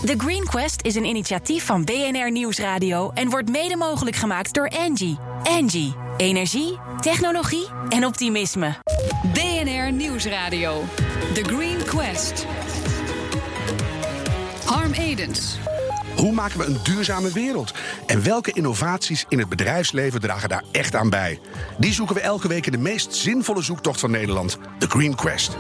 The Green Quest is een initiatief van BNR Nieuwsradio en wordt mede mogelijk gemaakt door Engie. Engie. Energie, technologie en optimisme. BNR Nieuwsradio. The Green Quest. Harm Edens. Hoe maken we een duurzame wereld? En welke innovaties in het bedrijfsleven dragen daar echt aan bij? Die zoeken we elke week in de meest zinvolle zoektocht van Nederland, The Green Quest.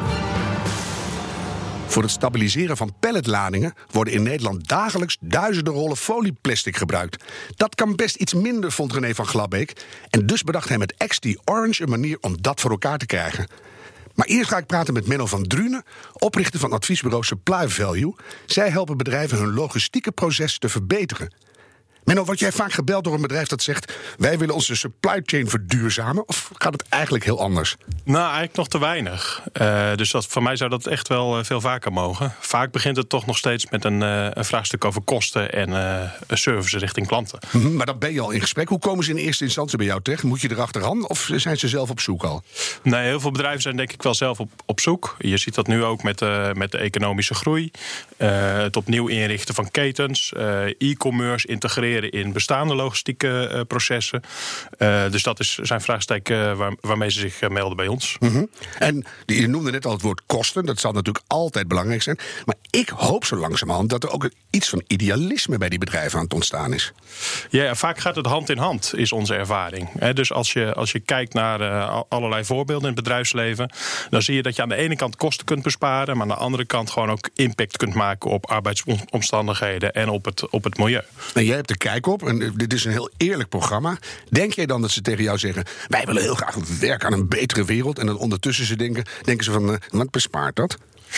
Voor het stabiliseren van palletladingen worden in Nederland dagelijks duizenden rollen folieplastic gebruikt. Dat kan best iets minder, vond René van Glabbeek. En dus bedacht hij met XT Orange een manier om dat voor elkaar te krijgen. Maar eerst ga ik praten met Menno van Drunen, oprichter van adviesbureau Supply Value. Zij helpen bedrijven hun logistieke proces te verbeteren. Menno, word jij vaak gebeld door een bedrijf dat zegt: wij willen onze supply chain verduurzamen? Of gaat het eigenlijk heel anders? Nou, eigenlijk nog te weinig. Dus voor mij zou dat echt wel veel vaker mogen. Vaak begint het toch nog steeds met een vraagstuk over kosten en een service richting klanten. Maar dan ben je al in gesprek. Hoe komen ze in eerste instantie bij jou terecht? Moet je erachteraan of zijn ze zelf op zoek al? Nee, heel veel bedrijven zijn denk ik wel zelf op zoek. Je ziet dat nu ook met de economische groei. Het opnieuw inrichten van ketens. E-commerce integreren in bestaande logistieke processen. Dus dat zijn vraagstukken waarmee ze zich melden bij ons. En je noemde net al het woord kosten. Dat zal natuurlijk altijd belangrijk zijn. Maar ik hoop zo langzamerhand dat er ook iets van idealisme bij die bedrijven aan het ontstaan is. Ja, vaak gaat het hand in hand, is onze ervaring. Dus als je kijkt naar allerlei voorbeelden in het bedrijfsleven, dan zie je dat je aan de ene kant kosten kunt besparen, maar aan de andere kant gewoon ook impact kunt maken op arbeidsomstandigheden en op het milieu. En jij hebt de kijk op, en dit is een heel eerlijk programma. Denk jij dan dat ze tegen jou zeggen: wij willen heel graag werken aan een betere wereld, en dan ondertussen denken ze van: wat bespaart dat?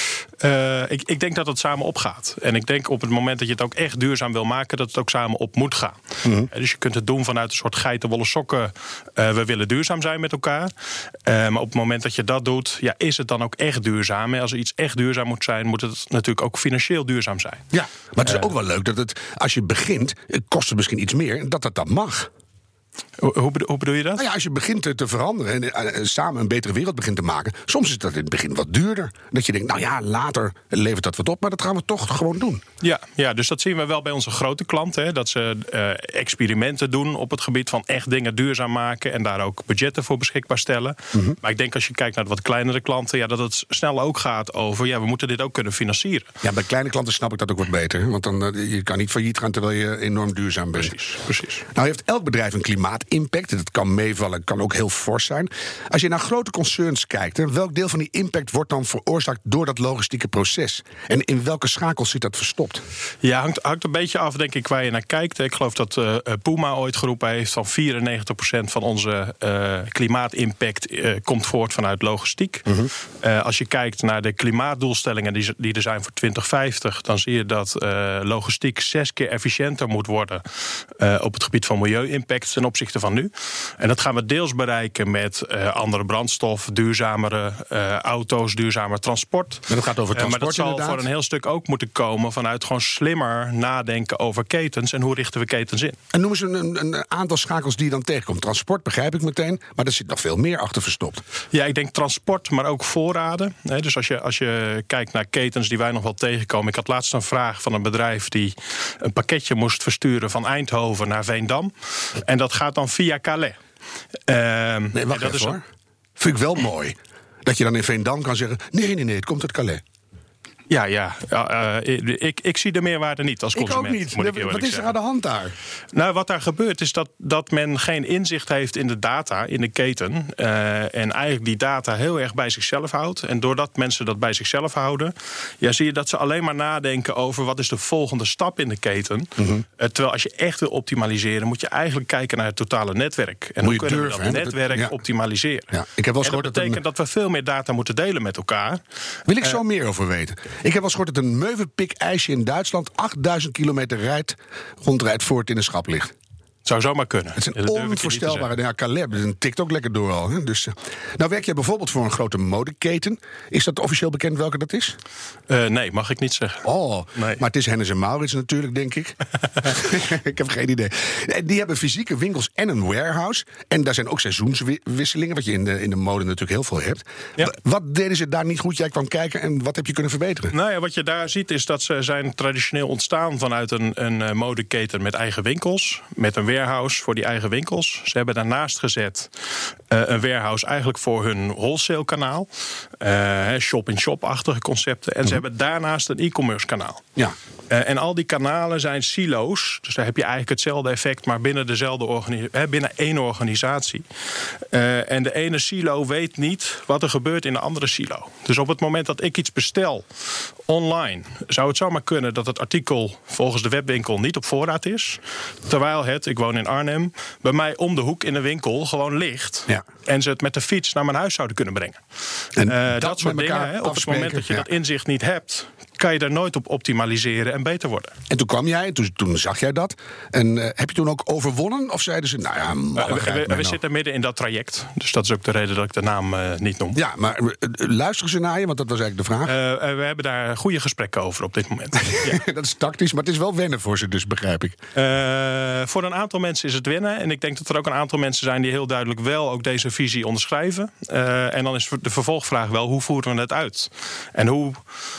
Ik denk dat het samen opgaat. En ik denk op het moment dat je het ook echt duurzaam wil maken, dat het ook samen op moet gaan. Dus je kunt het doen vanuit een soort geitenwolle sokken. We willen duurzaam zijn met elkaar. Maar op het moment dat je dat doet, is het dan ook echt duurzaam? En als er iets echt duurzaam moet zijn, moet het natuurlijk ook financieel duurzaam zijn. Ja, maar het is ook wel leuk dat het, als je begint, kost het misschien iets meer, dat dat mag. Hoe bedoel je dat? Nou ja, als je begint te veranderen en samen een betere wereld begint te maken, soms is dat in het begin wat duurder. Dat je denkt, nou ja, later levert dat wat op, maar dat gaan we toch gewoon doen. Ja, dus dat zien we wel bij onze grote klanten. Dat ze experimenten doen op het gebied van echt dingen duurzaam maken en daar ook budgetten voor beschikbaar stellen. Maar ik denk als je kijkt naar de wat kleinere klanten, dat het snel ook gaat over, we moeten dit ook kunnen financieren. Ja, bij kleine klanten snap ik dat ook wat beter. Want dan je kan niet failliet gaan terwijl je enorm duurzaam bent. Precies. Nou heeft elk bedrijf een klimaatimpact. Dat kan meevallen, kan ook heel fors zijn. Als je naar grote concerns kijkt, welk deel van die impact wordt dan veroorzaakt door dat logistieke proces? En in welke schakels zit dat verstopt? Ja, hangt een beetje af, denk ik, waar je naar kijkt. Ik geloof dat Puma ooit geroepen heeft van 94% van onze klimaatimpact komt voort vanuit logistiek. Als je kijkt naar de klimaatdoelstellingen die er zijn voor 2050, dan zie je dat logistiek 6 keer efficiënter moet worden op het gebied van milieu-impact ten opzichte van nu. En dat gaan we deels bereiken met andere brandstof, duurzamere auto's, duurzamer transport. Maar dat gaat over transport, maar dat zal inderdaad voor een heel stuk ook moeten komen vanuit gewoon slimmer nadenken over ketens en hoe richten we ketens in. En noemen ze een aantal schakels die je dan tegenkomt. Transport begrijp ik meteen, maar er zit nog veel meer achter verstopt. Ja, ik denk transport, maar ook voorraden. Dus als je kijkt naar ketens die wij nog wel tegenkomen. Ik had laatst een vraag van een bedrijf die een pakketje moest versturen van Eindhoven naar Veendam. En dat gaat dan via Calais. Nee, wacht even hoor. Vind ik wel mooi. Dat je dan in Veendam kan zeggen, nee, het komt uit Calais. Ja. Ik zie de meerwaarde niet als consument. Ik ook niet. Wat is er aan de hand daar? Nou, wat daar gebeurt is dat men geen inzicht heeft in de data, in de keten. En eigenlijk die data heel erg bij zichzelf houdt. En doordat mensen dat bij zichzelf houden, zie je dat ze alleen maar nadenken over wat is de volgende stap in de keten. Terwijl als je echt wil optimaliseren, moet je eigenlijk kijken naar het totale netwerk. En hoe kunnen we dat netwerk optimaliseren? Ja. Ik heb wel en dat betekent dat we veel meer data moeten delen met elkaar. Wil ik zo meer over weten? Ik heb wel eens gehoord dat een Mövenpick-ijsje in Duitsland 8000 kilometer rondrijdt voor het in de schap ligt. Zou zomaar kunnen. Het is een onvoorstelbare... Ja, Caleb, dat tikt ook lekker door al. Hè? Dus, nou werk jij bijvoorbeeld voor een grote modeketen. Is dat officieel bekend welke dat is? Nee, mag ik niet zeggen. Oh, nee. Maar het is Hennes & Mauritz natuurlijk, denk ik. Ik heb geen idee. Die hebben fysieke winkels en een warehouse. En daar zijn ook seizoenswisselingen, wat je in de mode natuurlijk heel veel hebt. Ja. Wat deden ze daar niet goed? Jij kwam kijken en wat heb je kunnen verbeteren? Nou ja, wat je daar ziet is dat ze zijn traditioneel ontstaan vanuit een modeketen met eigen winkels. Met een warehouse voor die eigen winkels. Ze hebben daarnaast gezet een warehouse eigenlijk voor hun wholesale kanaal. Shop-in-shop-achtige concepten. En ze hebben daarnaast een e-commerce kanaal. Ja. En al die kanalen zijn silo's. Dus daar heb je eigenlijk hetzelfde effect, maar binnen binnen één organisatie. En de ene silo weet niet wat er gebeurt in de andere silo. Dus op het moment dat ik iets bestel online, zou het zomaar kunnen dat het artikel volgens de webwinkel niet op voorraad is. Terwijl ik woon in Arnhem, bij mij om de hoek in de winkel gewoon ligt. Ja. En ze het met de fiets naar mijn huis zouden kunnen brengen. En dat soort dingen, op het moment dat je dat inzicht niet hebt, kan je daar nooit op optimaliseren en beter worden. En toen kwam jij, toen zag jij dat. En heb je toen ook overwonnen? Of zeiden ze, nou ja, we zitten midden in dat traject. Dus dat is ook de reden dat ik de naam niet noem. Ja, maar luisteren ze naar je? Want dat was eigenlijk de vraag. We hebben daar goede gesprekken over op dit moment. Ja. Dat is tactisch, maar het is wel wennen voor ze dus, begrijp ik. Voor een aantal mensen is het wennen. En ik denk dat er ook een aantal mensen zijn die heel duidelijk wel ook deze visie onderschrijven. En dan is de vervolgvraag wel, hoe voeren we het uit? En hoe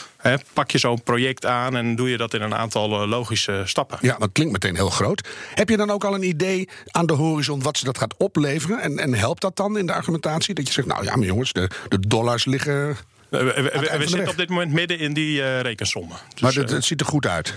pak je zo'n project aan en doe je dat in een aantal logische stappen? Ja, dat klinkt meteen heel groot. Heb je dan ook al een idee aan de horizon wat ze dat gaat opleveren? En helpt dat dan in de argumentatie? Dat je zegt, nou ja, maar jongens, de dollars liggen... We zitten op dit moment midden in die rekensommen. Dus, maar het ziet er goed uit?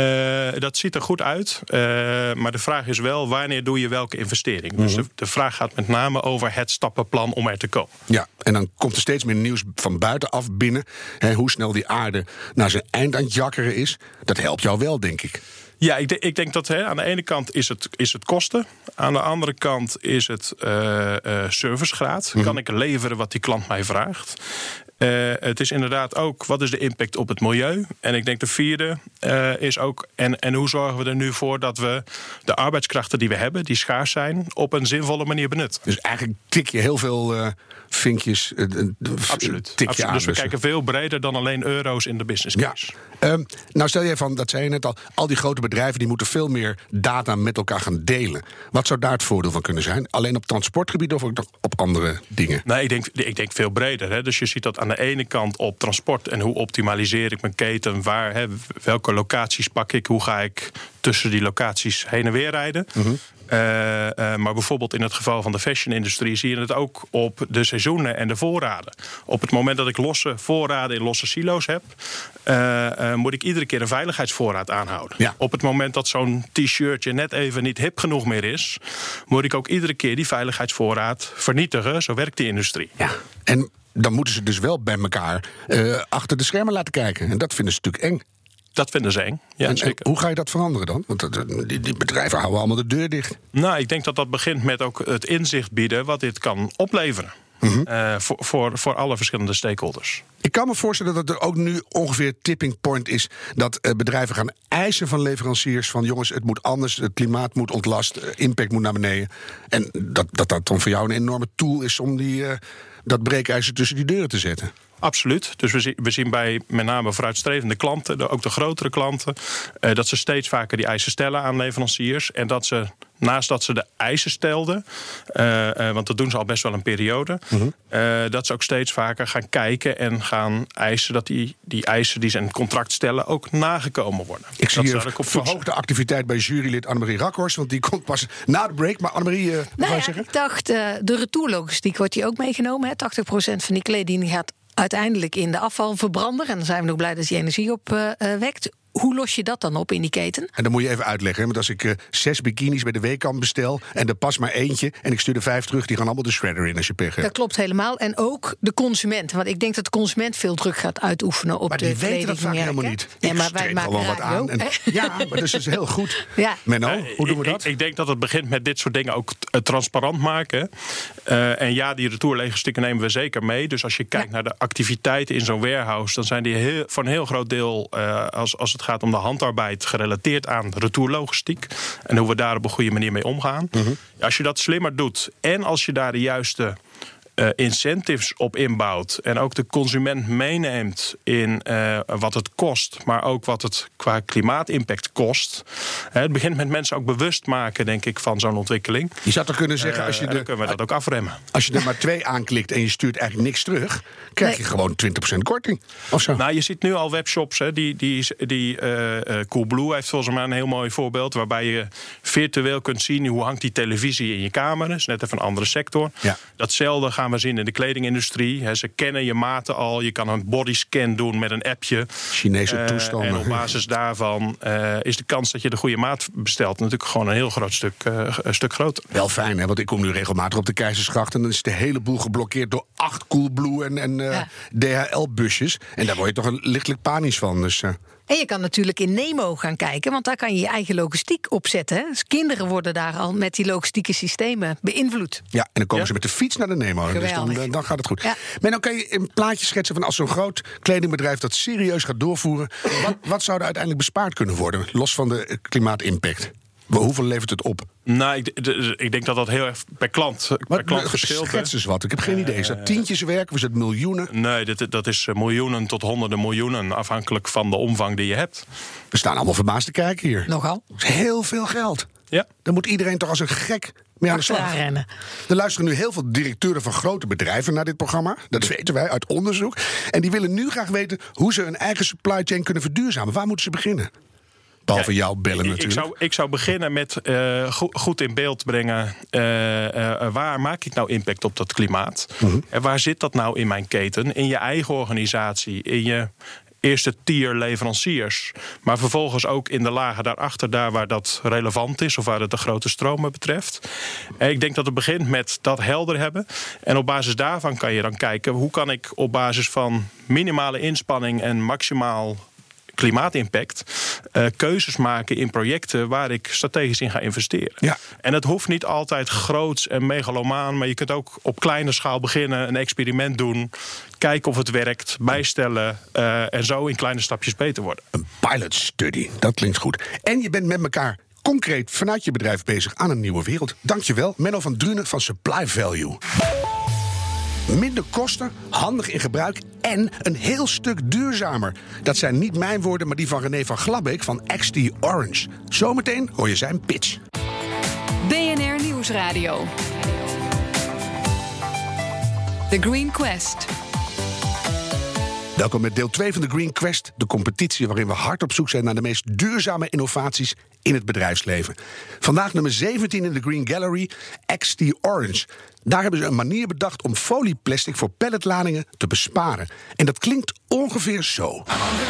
Dat ziet er goed uit. Maar de vraag is wel, wanneer doe je welke investering? Dus de vraag gaat met name over het stappenplan om er te komen. Ja, en dan komt er steeds meer nieuws van buitenaf binnen. Hoe snel die aarde naar zijn eind aan het jakkeren is. Dat helpt jou wel, denk ik. Ja, ik denk dat aan de ene kant is het kosten. Aan de andere kant is het servicegraad. Kan ik leveren wat die klant mij vraagt? Het is inderdaad ook, wat is de impact op het milieu? En ik denk de vierde is ook, en hoe zorgen we er nu voor dat we de arbeidskrachten die we hebben, die schaars zijn, op een zinvolle manier benutten? Dus eigenlijk tik je heel veel vinkjes. Absoluut. Absoluut. Dus we kijken veel breder dan alleen euro's in de business case. Ja. Nou stel jij van, dat zei je net al die grote bedrijven die moeten veel meer data met elkaar gaan delen. Wat zou daar het voordeel van kunnen zijn? Alleen op transportgebied of ook op andere dingen? Nee, ik denk veel breder. Dus je ziet dat aan de ene kant op transport en hoe optimaliseer ik mijn keten, welke locaties pak ik, hoe ga ik tussen die locaties heen en weer rijden. Maar bijvoorbeeld in het geval van de fashion-industrie zie je het ook op de seizoenen en de voorraden. Op het moment dat ik losse voorraden in losse silo's heb, moet ik iedere keer een veiligheidsvoorraad aanhouden. Ja. Op het moment dat zo'n t-shirtje net even niet hip genoeg meer is, moet ik ook iedere keer die veiligheidsvoorraad vernietigen. Zo werkt die industrie. Ja. En dan moeten ze dus wel bij elkaar achter de schermen laten kijken. En dat vinden ze natuurlijk eng. Dat vinden ze eng, ja, en zeker. Hoe ga je dat veranderen dan? Want die bedrijven houden allemaal de deur dicht. Nou, ik denk dat dat begint met ook het inzicht bieden wat dit kan opleveren. Voor alle verschillende stakeholders. Ik kan me voorstellen dat er ook nu ongeveer tipping point is dat bedrijven gaan eisen van leveranciers van jongens, het moet anders, het klimaat moet ontlast, impact moet naar beneden. En dat dan voor jou een enorme tool is om dat breekijzer tussen die deuren te zetten. Absoluut. Dus we zien bij met name vooruitstrevende klanten, ook de grotere klanten, dat ze steeds vaker die eisen stellen aan leveranciers. En dat ze, naast dat ze de eisen stelden, want dat doen ze al best wel een periode, dat ze ook steeds vaker gaan kijken en gaan eisen dat die eisen die ze in het contract stellen ook nagekomen worden. Ik zie hier verhoogde activiteit bij jurylid Annemarie Rakhorst, want die komt pas na de break. Maar Annemarie, wat wil je zeggen? Ik dacht, de retourlogistiek wordt hier ook meegenomen. 80% van die kleding gaat uiteindelijk in de afvalverbrander. En dan zijn we nog blij dat die energie opwekt. Hoe los je dat dan op in die keten? En dan moet je even uitleggen. Want als ik 6 bikinis bij de Weekamp bestel en er past maar eentje en ik stuur er 5 terug, die gaan allemaal de shredder in als je pech hebt. Dat klopt helemaal. En ook de consument. Want ik denk dat de consument veel druk gaat uitoefenen op de kleding. Maar die weten dat vaak helemaal niet. Ja, maar wij maken gewoon wat aan. Ja, maar dat is dus heel goed. Ja. Menno, hoe doen we dat? Ik denk dat het begint met dit soort dingen ook transparant maken. En ja, die retourlogistieken nemen we zeker mee. Dus als je kijkt naar de activiteiten in zo'n warehouse, dan zijn die voor een heel groot deel, als het gaat om de handarbeid gerelateerd aan retourlogistiek. En hoe we daar op een goede manier mee omgaan. Mm-hmm. Als je dat slimmer doet en als je daar de juiste incentives op inbouwt en ook de consument meeneemt in wat het kost, maar ook wat het qua klimaatimpact kost. Het begint met mensen ook bewust maken, denk ik, van zo'n ontwikkeling. Je zou toch kunnen zeggen, dan kunnen we dat ook afremmen. Als je er maar 2 aanklikt en je stuurt eigenlijk niks terug, krijg je gewoon 20% korting. Of zo. Nou, je ziet nu al webshops, Coolblue heeft volgens mij een heel mooi voorbeeld, waarbij je virtueel kunt zien hoe hangt die televisie in je kamer. Dat is net even een andere sector. Ja. Datzelfde gaan we zien in de kledingindustrie. Ze kennen je maten al. Je kan een bodyscan doen met een appje. Chinese toestanden. En op basis daarvan is de kans dat je de goede maat bestelt natuurlijk gewoon een heel groot stuk groter. Wel fijn, hè? Want ik kom nu regelmatig op de Keizersgracht en dan is de hele boel geblokkeerd door 8 Coolblue en DHL-busjes. En daar word je toch lichtelijk panisch van. Dus, En je kan natuurlijk in Nemo gaan kijken, want daar kan je je eigen logistiek opzetten. Hè? Dus kinderen worden daar al met die logistieke systemen beïnvloed. Ja, en dan komen ze met de fiets naar de Nemo. Dus dan gaat het goed. Ja. Maar dan kan je een plaatje schetsen van als zo'n groot kledingbedrijf dat serieus gaat doorvoeren. Wat zou er uiteindelijk bespaard kunnen worden, los van de klimaatimpact? Hoeveel levert het op? Nou, ik denk dat heel erg per klant verschilt. Schets eens wat, ik heb geen idee. Is dat tientjes werk of is het miljoenen? Nee, dat is miljoenen tot honderden miljoenen, afhankelijk van de omvang die je hebt. We staan allemaal verbaasd te kijken hier. Nogal. Dat is heel veel geld. Ja. Dan moet iedereen toch als een gek mee aan de slag. Er luisteren nu heel veel directeuren van grote bedrijven naar dit programma. Dat weten wij uit onderzoek. En die willen nu graag weten hoe ze hun eigen supply chain kunnen verduurzamen. Waar moeten ze beginnen? Behalve jou bellen natuurlijk. Ik zou beginnen met goed in beeld brengen. Waar maak ik nou impact op dat klimaat? Mm-hmm. En waar zit dat nou in mijn keten? In je eigen organisatie, in je eerste tier leveranciers. Maar vervolgens ook in de lagen daarachter, daar waar dat relevant is of waar het de grote stromen betreft. Ik denk dat het begint met dat helder hebben. En op basis daarvan kan je dan kijken, hoe kan ik op basis van minimale inspanning en maximaal klimaatimpact keuzes maken in projecten waar ik strategisch in ga investeren. Ja. En het hoeft niet altijd groots en megalomaan, maar je kunt ook op kleine schaal beginnen, een experiment doen, kijken of het werkt, bijstellen en zo in kleine stapjes beter worden. Een pilot study, dat klinkt goed. En je bent met elkaar concreet vanuit je bedrijf bezig aan een nieuwe wereld. Dankjewel, Menno van Drunen van Supply Value. Minder kosten, handig in gebruik en een heel stuk duurzamer. Dat zijn niet mijn woorden, maar die van René van Glabbeek van XT Orange. Zometeen hoor je zijn pitch. BNR Nieuwsradio. The Green Quest. Welkom met deel 2 van de Green Quest, de competitie waarin we hard op zoek zijn naar de meest duurzame innovaties in het bedrijfsleven. Vandaag nummer 17 in de Green Gallery, XT Orange. Daar hebben ze een manier bedacht om folieplastic voor palletladingen te besparen. En dat klinkt ongeveer zo.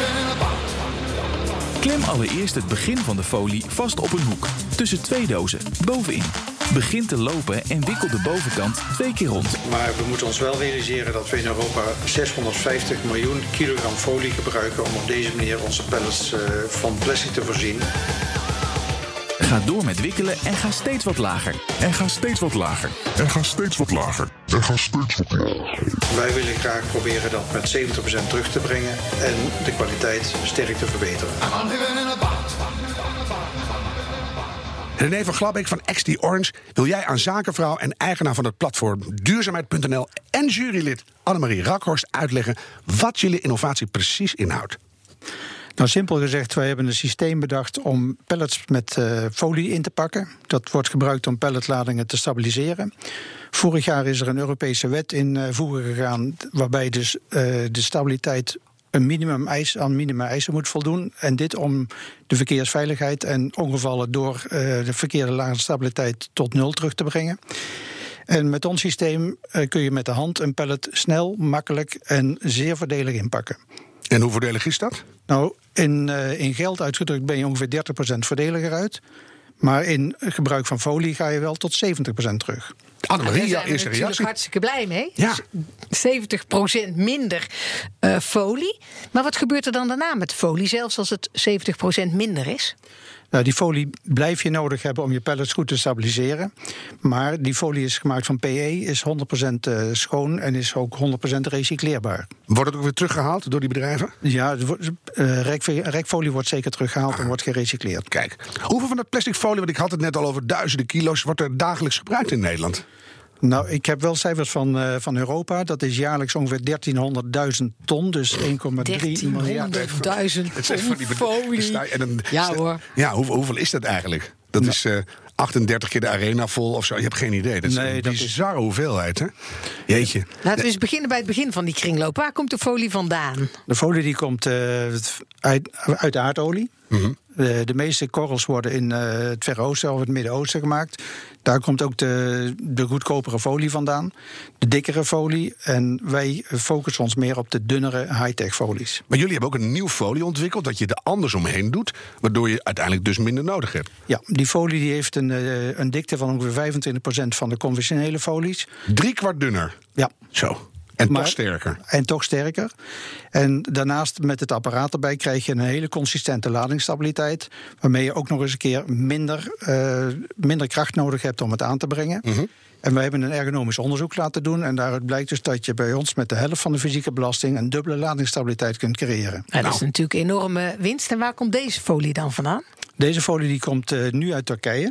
Klem allereerst het begin van de folie vast op een hoek, tussen 2 dozen, bovenin. Begin te lopen en wikkel de bovenkant 2 keer rond. Maar we moeten ons wel realiseren dat we in Europa 650 miljoen kilogram folie gebruiken om op deze manier onze pallets van plastic te voorzien. Ga door met wikkelen en ga steeds wat lager. En ga steeds wat lager. En ga steeds wat lager. En ga steeds wat lager. Wij willen graag proberen dat met 70% terug te brengen en de kwaliteit sterk te verbeteren. René van Glabbeek van XT Orange, wil jij aan zakenvrouw en eigenaar van het platform Duurzaamheid.nl en jurylid Annemarie Rakhorst uitleggen wat jullie innovatie precies inhoudt? Nou, simpel gezegd, wij hebben een systeem bedacht om pallets met folie in te pakken. Dat wordt gebruikt om palletladingen te stabiliseren. Vorig jaar is er een Europese wet in voegen gegaan, waarbij dus de stabiliteit een minimum eisen moet voldoen. En dit om de verkeersveiligheid en ongevallen door de verkeerde lage stabiliteit tot 0 terug te brengen. En met ons systeem kun je met de hand een pallet snel, makkelijk en zeer voordelig inpakken. En hoe voordelig is dat? Nou, in geld uitgedrukt ben je ongeveer 30% voordeliger uit. Maar in gebruik van folie ga je wel tot 70% terug. Annemarie, jouw eerste reactie? Daar zijn we natuurlijk hartstikke blij mee. Ja. 70% minder folie. Maar wat gebeurt er dan daarna met folie, zelfs als het 70% minder is? Nou, die folie blijf je nodig hebben om je pellets goed te stabiliseren. Maar die folie is gemaakt van PE, is 100% schoon en is ook 100% recycleerbaar. Wordt het ook weer teruggehaald door die bedrijven? Ja, rekfolie wordt zeker teruggehaald en wordt gerecycleerd. Kijk, hoeveel van dat plastic folie, want ik had het net al over duizenden kilo's, wordt er dagelijks gebruikt in Nederland? Nou, ik heb wel cijfers van Europa. Dat is jaarlijks ongeveer 1300.000 ton, dus 1,3 miljard. 1300.000 ton folie. Ja hoor. Ja, hoeveel is dat eigenlijk? Dat is 38 keer de arena vol of zo. Je hebt geen idee. Dat is een bizarre hoeveelheid, hè? Jeetje. Laten we eens beginnen bij het begin van die kringloop. Waar komt de folie vandaan? De folie die komt uit aardolie. Mm-hmm. De meeste korrels worden in het Verre Oosten of het Midden-Oosten gemaakt. Daar komt ook de goedkopere folie vandaan. De dikkere folie. En wij focussen ons meer op de dunnere high-tech folies. Maar jullie hebben ook een nieuw folie ontwikkeld dat je er anders omheen doet, waardoor je uiteindelijk dus minder nodig hebt. Ja, die folie die heeft een dikte van ongeveer 25% van de conventionele folies. 3/4 dunner? Ja. Zo. En toch sterker. En toch sterker. En daarnaast met het apparaat erbij krijg je een hele consistente ladingsstabiliteit, waarmee je ook nog eens een keer minder kracht nodig hebt om het aan te brengen. Mm-hmm. En wij hebben een ergonomisch onderzoek laten doen. En daaruit blijkt dus dat je bij ons met de helft van de fysieke belasting een dubbele ladingsstabiliteit kunt creëren. Ja, dat is natuurlijk een enorme winst. En waar komt deze folie dan vandaan? Deze folie die komt nu uit Turkije.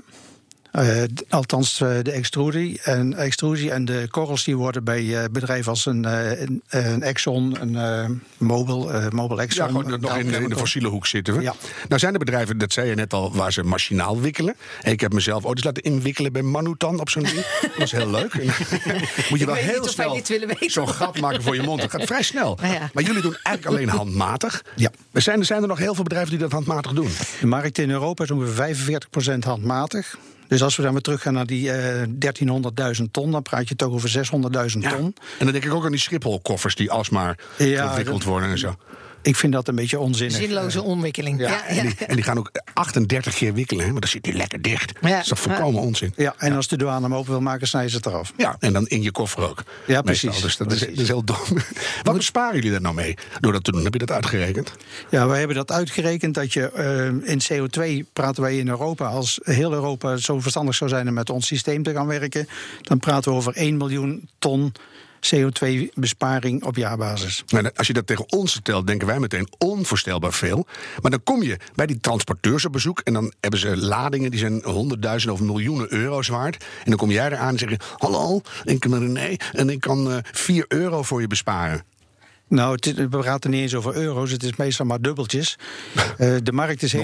Althans de extrusie en de korrels die worden bij bedrijven als een Exxon, een Mobil Exxon. Ja, gewoon nog in de fossiele hoek zitten we. Ja. Nou zijn er bedrijven, dat zei je net al, waar ze machinaal wikkelen. En ik heb mezelf ooit eens laten inwikkelen bij Manutan op zo'n ding. Dat was heel leuk. Moet je wel heel snel zo'n gat maken voor je mond. Dat gaat vrij snel. Ja. Maar jullie doen eigenlijk alleen handmatig. Ja. Zijn er nog heel veel bedrijven die dat handmatig doen? De markt in Europa is ongeveer 45% handmatig. Dus als we dan weer teruggaan naar die 1300.000 ton, dan praat je toch over 600.000 ton. En dan denk ik ook aan die Schiphol-koffers die alsmaar gewikkeld worden en zo. Ik vind dat een beetje onzinnig. Zinloze omwikkeling. Ja. En die gaan ook 38 keer wikkelen, hè? Maar dan zit die lekker dicht. Ja. Dat is toch volkomen onzin. Ja, en als de douane hem open wil maken, snijden ze het eraf. Ja, en dan in je koffer ook. Ja, precies. Dus dat is heel dom. Wat besparen jullie daar nou mee door dat te doen? Heb je dat uitgerekend? Ja, wij hebben dat uitgerekend dat je in CO2 praten wij in Europa. Als heel Europa zo verstandig zou zijn om met ons systeem te gaan werken, dan praten we over 1 miljoen ton CO2-besparing op jaarbasis. Nou, als je dat tegen ons vertelt, denken wij meteen onvoorstelbaar veel. Maar dan kom je bij die transporteurs op bezoek en dan hebben ze ladingen die zijn 100.000 of miljoenen euro's waard. En dan kom jij eraan en zeg je, hallo, ik ben René en ik kan €4 voor je besparen. Nou, we praten niet eens over euro's, het is meestal maar dubbeltjes. De markt is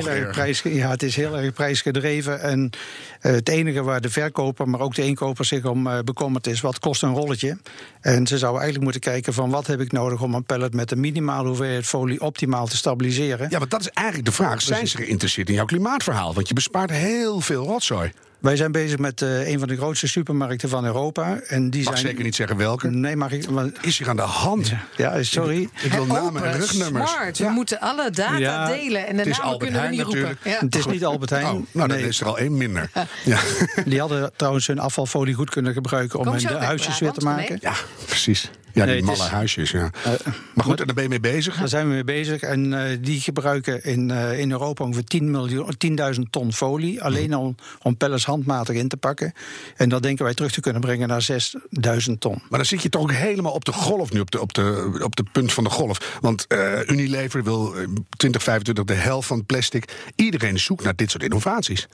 heel erg prijsgedreven. En het enige waar de verkoper, maar ook de inkoper zich om bekommert is, wat kost een rolletje? En ze zouden eigenlijk moeten kijken van wat heb ik nodig om een pallet met een minimale hoeveelheid folie optimaal te stabiliseren. Ja, want dat is eigenlijk de vraag. Zijn ze geïnteresseerd in jouw klimaatverhaal? Want je bespaart heel veel rotzooi. Wij zijn bezig met een van de grootste supermarkten van Europa. En die mag zeker niet zeggen welke? Nee, mag ik. Maar is hier aan de hand? Ja, sorry. Ik wil namen en rugnummers. Smart. We moeten alle data delen. En de namen kunnen we niet roepen. Ja. Het is niet Albert Heijn. Oh, nou, dan is er al één minder. Ja. Die hadden trouwens hun afvalfolie goed kunnen gebruiken om hun huisjes weer te maken. Ja, precies. Ja, die malle huisjes, ja. Maar goed, daar ben je mee bezig? Daar zijn we mee bezig. En die gebruiken in Europa ongeveer 10.000 ton folie. Alleen al om pellets handmatig in te pakken. En dat denken wij terug te kunnen brengen naar 6.000 ton. Maar dan zit je toch ook helemaal op de golf nu, op de punt van de golf. Want Unilever wil 2025 de helft van het plastic. Iedereen zoekt naar dit soort innovaties.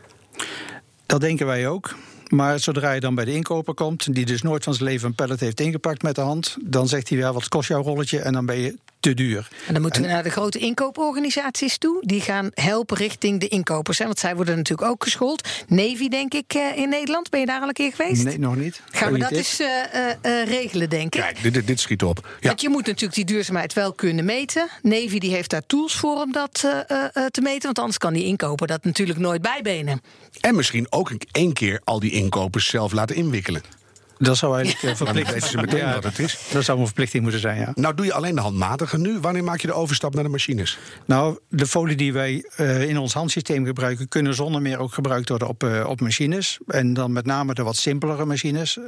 Dat denken wij ook. Maar zodra je dan bij de inkoper komt, die dus nooit van zijn leven een pallet heeft ingepakt met de hand, dan zegt hij wel, wat kost jouw rolletje? En dan ben je te duur. En dan moeten we naar de grote inkooporganisaties toe. Die gaan helpen richting de inkopers. Hè? Want zij worden natuurlijk ook geschoold. Navy, denk ik, in Nederland. Ben je daar al een keer geweest? Nee, nog niet. Gaan we dat eens regelen, denk ik? Kijk, dit schiet op. Ja. Want je moet natuurlijk die duurzaamheid wel kunnen meten. Navy die heeft daar tools voor om dat te meten. Want anders kan die inkoper dat natuurlijk nooit bijbenen. En misschien ook één keer al die inkopers zelf laten inwikkelen. Dat zou eigenlijk verplicht weten ze meteen wat het is. Dat zou een verplichting moeten zijn, ja. Nou doe je alleen de handmatige nu. Wanneer maak je de overstap naar de machines? Nou, de folie die wij in ons handsysteem gebruiken, kunnen zonder meer ook gebruikt worden op machines. En dan met name de wat simpelere machines.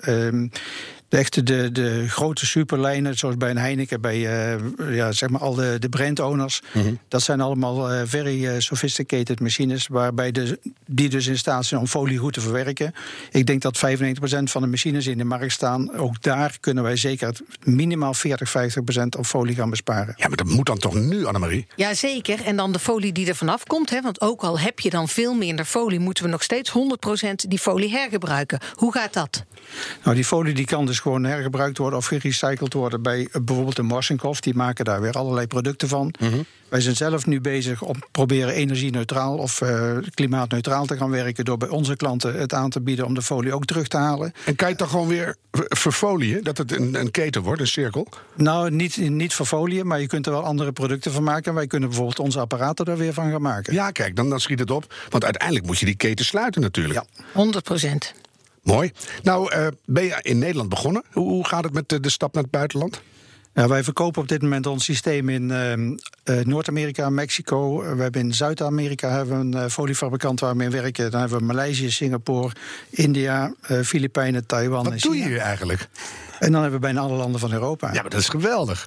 De grote superlijnen, zoals bij een Heineken, bij zeg maar al de brandowners. Dat zijn allemaal very sophisticated machines, waarbij die dus in staat zijn om folie goed te verwerken. Ik denk dat 95% van de machines in de markt staan. Ook daar kunnen wij zeker minimaal 40-50% op folie gaan besparen. Ja, maar dat moet dan toch nu, Annemarie? Ja, zeker. En dan de folie die er vanaf komt. Hè, want ook al heb je dan veel minder folie, moeten we nog steeds 100% die folie hergebruiken. Hoe gaat dat? Nou, die folie die kan dus gewoon hergebruikt worden of gerecycled worden bij bijvoorbeeld de Morsinghoff. Die maken daar weer allerlei producten van. Wij zijn zelf nu bezig om proberen energie-neutraal of klimaatneutraal te gaan werken door bij onze klanten het aan te bieden om de folie ook terug te halen. En kan je het dan gewoon weer verfolien, dat het een keten wordt, een cirkel? Nou, niet verfolien, maar je kunt er wel andere producten van maken. Wij kunnen bijvoorbeeld onze apparaten er weer van gaan maken. Ja, kijk, dan schiet het op. Want uiteindelijk moet je die keten sluiten natuurlijk. Ja, 100%. Mooi. Nou, ben je in Nederland begonnen? Hoe gaat het met de stap naar het buitenland? Ja, wij verkopen op dit moment ons systeem in Noord-Amerika, Mexico. We hebben in Zuid-Amerika een foliefabrikant waar we mee werken. Dan hebben we Maleisië, Singapore, India, Filipijnen, Taiwan en China. Wat doe je hier eigenlijk? En dan hebben we bijna alle landen van Europa. Ja, maar dat is geweldig.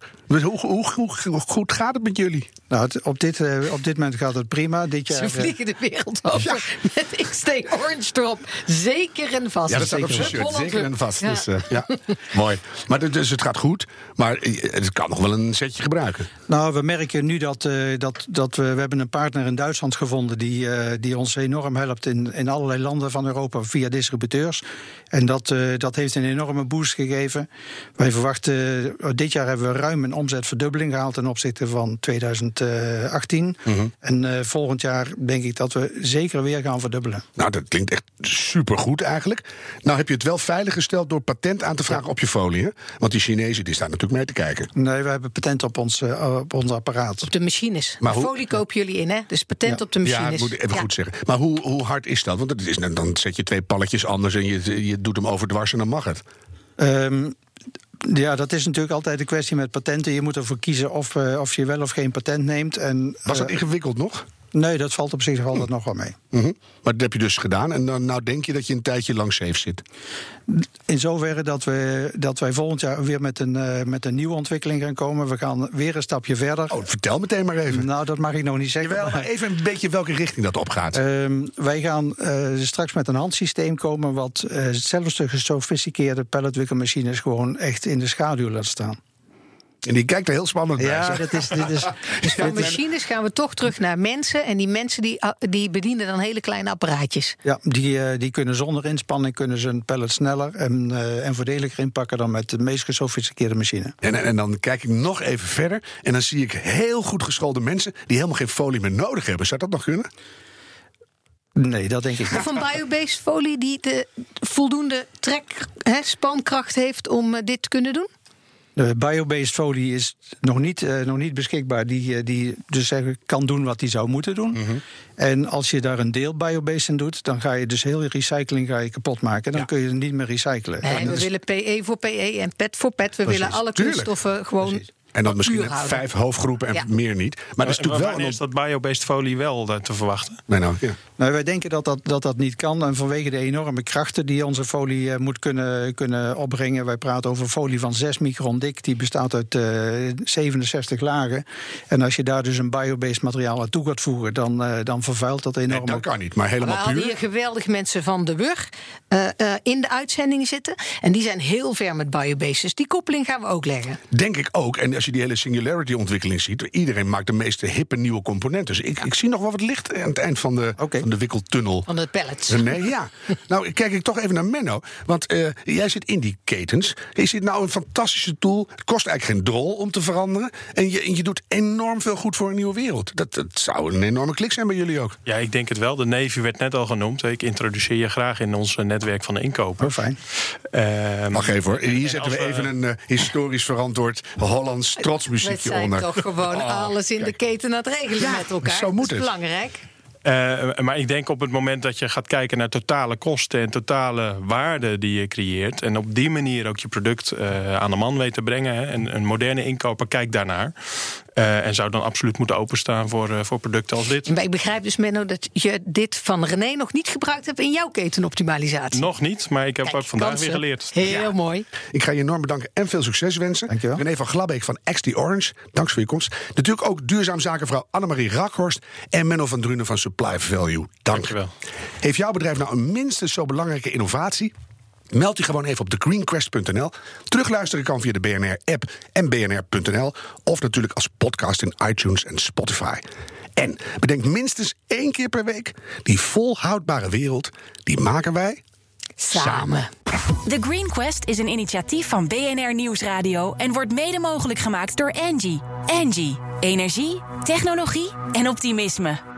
Hoe goed gaat het met jullie? Nou, op dit moment gaat het prima. Dit jaar, ze vliegen de wereld over met XT Orange erop. Zeker en vast. Ja, dat staat op zijn shirt. Zeker en vast. Ja. Dus, mooi. Maar dus het gaat goed. Maar het kan nog wel een setje gebruiken. Nou, we merken nu dat we hebben een partner in Duitsland gevonden die ons enorm helpt in allerlei landen van Europa via distributeurs. En dat heeft een enorme boost gegeven. Wij verwachten, dit jaar hebben we ruim een omzetverdubbeling gehaald ten opzichte van 2018. En volgend jaar denk ik dat we zeker weer gaan verdubbelen. Nou, dat klinkt echt supergoed eigenlijk. Nou heb je het wel veilig gesteld door patent aan te vragen op je folie. Hè? Want die Chinezen die staan natuurlijk mee te kijken. Nee, we hebben patent op ons apparaat. Op de machines. Maar de folie kopen jullie in, hè? Dus patent op de machines. Ja, dat moet ik even goed zeggen. Maar hoe hard is dat? Want dan zet je 2 palletjes anders en je doet hem overdwars en dan mag het. Ja, dat is natuurlijk altijd een kwestie met patenten. Je moet ervoor kiezen of je wel of geen patent neemt. Was dat ingewikkeld nog? Nee, dat valt op zich altijd nog wel mee. Maar dat heb je dus gedaan. En dan nou denk je dat je een tijdje lang safe zit? In zoverre dat wij volgend jaar weer met een nieuwe ontwikkeling gaan komen. We gaan weer een stapje verder. Oh, vertel meteen maar even. Nou, dat mag ik nog niet zeggen. Jawel, maar even een beetje welke richting dat opgaat. Wij gaan straks met een handsysteem komen wat zelfs de gesofisticeerde palletwikkelmachines gewoon echt in de schaduw laat staan. En die kijkt er heel spannend bij. Ja, dit is. Dus van machines gaan we toch terug naar mensen. En die mensen die bedienen dan hele kleine apparaatjes. Ja, die kunnen zonder inspanning kunnen ze een pallet sneller en voordeliger inpakken dan met de meest gesofisticeerde machine. En dan kijk ik nog even verder. En dan zie ik heel goed geschoolde mensen die helemaal geen folie meer nodig hebben. Zou dat nog kunnen? Nee, dat denk ik niet. Of een biobased folie die de voldoende spankracht heeft om dit te kunnen doen? De biobased folie is nog niet beschikbaar. Die dus eigenlijk kan doen wat die zou moeten doen. En als je daar een deel biobased in doet, dan ga je dus heel je recycling kapot maken. Dan kun je het niet meer recyclen. Nee, we willen PE voor PE en PET voor PET. We willen alle kunststoffen gewoon. Precies. En dan misschien 5 hoofdgroepen en meer niet. Maar dat is natuurlijk wanneer is dat biobased folie wel te verwachten? Nou, wij denken dat niet kan. En vanwege de enorme krachten die onze folie moet kunnen opbrengen. Wij praten over folie van 6 micron dik. Die bestaat uit 67 lagen. En als je daar dus een biobased materiaal aan toe gaat voegen, dan vervuilt dat enorm. Dat kan niet, maar helemaal puur. We hadden hier geweldig mensen van de WUR in de uitzending zitten. En die zijn heel ver met biobased. Dus die koppeling gaan we ook leggen. Denk ik ook. En als je die hele Singularity-ontwikkeling ziet, iedereen maakt de meeste hippe nieuwe componenten. Dus ik zie nog wel wat licht aan het eind van de wikkeltunnel. Van de pallets. Nee, ja. Nou, kijk ik toch even naar Menno. Want jij zit in die ketens. Is dit nou een fantastische tool? Het kost eigenlijk geen drol om te veranderen. En je doet enorm veel goed voor een nieuwe wereld. Dat zou een enorme klik zijn bij jullie ook. Ja, ik denk het wel. De Navy werd net al genoemd. Ik introduceer je graag in ons netwerk van de inkopen. Fijn. Wacht even hoor. Hier zetten we even een historisch verantwoord Hollands trotsmuziekje onder. We zijn toch gewoon alles in de keten aan het regelen met elkaar. Zo moet dat is het. belangrijk. Maar ik denk op het moment dat je gaat kijken naar totale kosten en totale waarde die je creëert, en op die manier ook je product aan de man weet te brengen. Hè, en een moderne inkoper kijkt daarnaar. En zou dan absoluut moeten openstaan voor producten als dit. Maar ik begrijp dus, Menno, dat je dit van René nog niet gebruikt hebt in jouw ketenoptimalisatie. Nog niet, maar ik heb ook vandaag weer geleerd. Heel mooi. Ik ga je enorm bedanken en veel succes wensen. Dankjewel. René van Glabbeek van XD Orange, dank voor je komst. Natuurlijk ook duurzaam zakenvrouw Annemarie Rakhorst en Menno van Drunen van Supply Value. Dank. Dankjewel. Heeft jouw bedrijf nou een minstens zo belangrijke innovatie? Meld je gewoon even op thegreenquest.nl. Terugluisteren kan via de BNR-app en bnr.nl. Of natuurlijk als podcast in iTunes en Spotify. En bedenk minstens 1 keer per week: die volhoudbare wereld, die maken wij Samen. The Green Quest is een initiatief van BNR Nieuwsradio en wordt mede mogelijk gemaakt door Engie. Engie. Energie, technologie en optimisme.